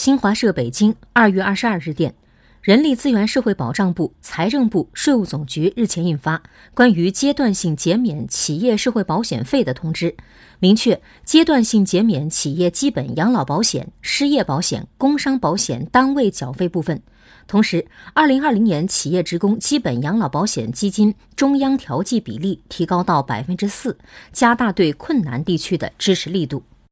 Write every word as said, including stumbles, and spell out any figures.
新华社北京二月二十二日电，人力资源社会保障部、财政部、税务总局日前印发关于阶段性减免企业社会保险费的通知，明确阶段性减免企业基本养老保险、失业保险、工伤保险单位缴费部分。同时，二零二零年企业职工基本养老保险基金中央调剂比例提高到百分之四，加大对困难地区的支持力度。